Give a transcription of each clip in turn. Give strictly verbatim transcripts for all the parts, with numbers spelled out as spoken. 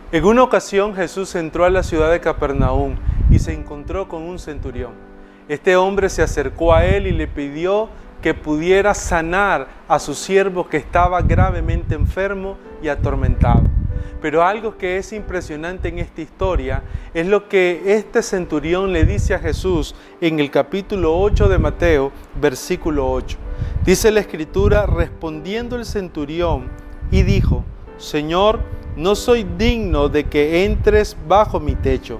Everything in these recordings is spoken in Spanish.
En una ocasión Jesús entró a la ciudad de Capernaum y se encontró con un centurión. Este hombre se acercó a él y le pidió que pudiera sanar a su siervo que estaba gravemente enfermo y atormentado. Pero algo que es impresionante en esta historia es lo que este centurión le dice a Jesús en el capítulo ocho de Mateo, versículo ocho. Dice la Escritura: respondiendo el centurión y dijo: Señor, no soy digno de que entres bajo mi techo.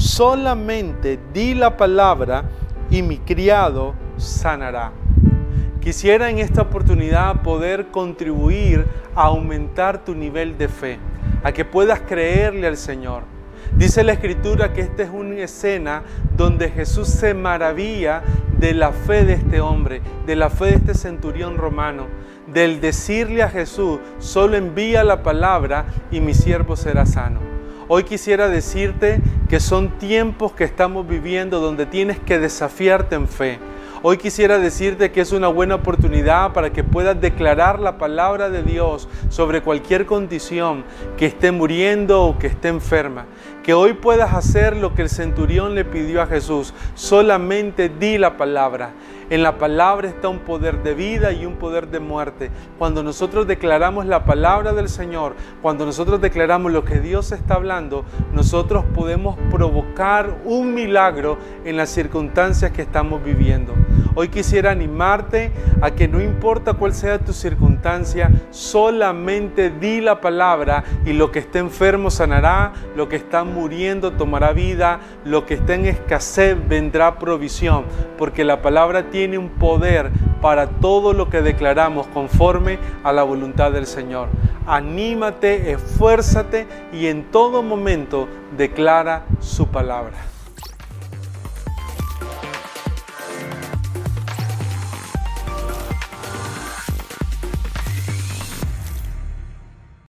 Solamente di la palabra y mi criado sanará. Quisiera en esta oportunidad poder contribuir a aumentar tu nivel de fe, a que puedas creerle al Señor. Dice la Escritura que esta es una escena donde Jesús se maravilla de la fe de este hombre, de la fe de este centurión romano, del decirle a Jesús: solo envía la palabra y mi siervo será sano. Hoy quisiera decirte que son tiempos que estamos viviendo donde tienes que desafiarte en fe. Hoy quisiera decirte que es una buena oportunidad para que puedas declarar la palabra de Dios sobre cualquier condición que esté muriendo o que esté enferma. Que hoy puedas hacer lo que el centurión le pidió a Jesús: solamente di la palabra. En la palabra está un poder de vida y un poder de muerte. Cuando nosotros declaramos la palabra del Señor, cuando nosotros declaramos lo que Dios está hablando, nosotros podemos provocar un milagro en las circunstancias que estamos viviendo. Hoy quisiera animarte a que no importa cuál sea tu circunstancia, solamente di la palabra y lo que esté enfermo sanará, lo que está muriendo tomará vida, lo que está en escasez vendrá provisión, porque la palabra tiene un poder para todo lo que declaramos conforme a la voluntad del Señor. Anímate, esfuérzate y en todo momento declara su palabra.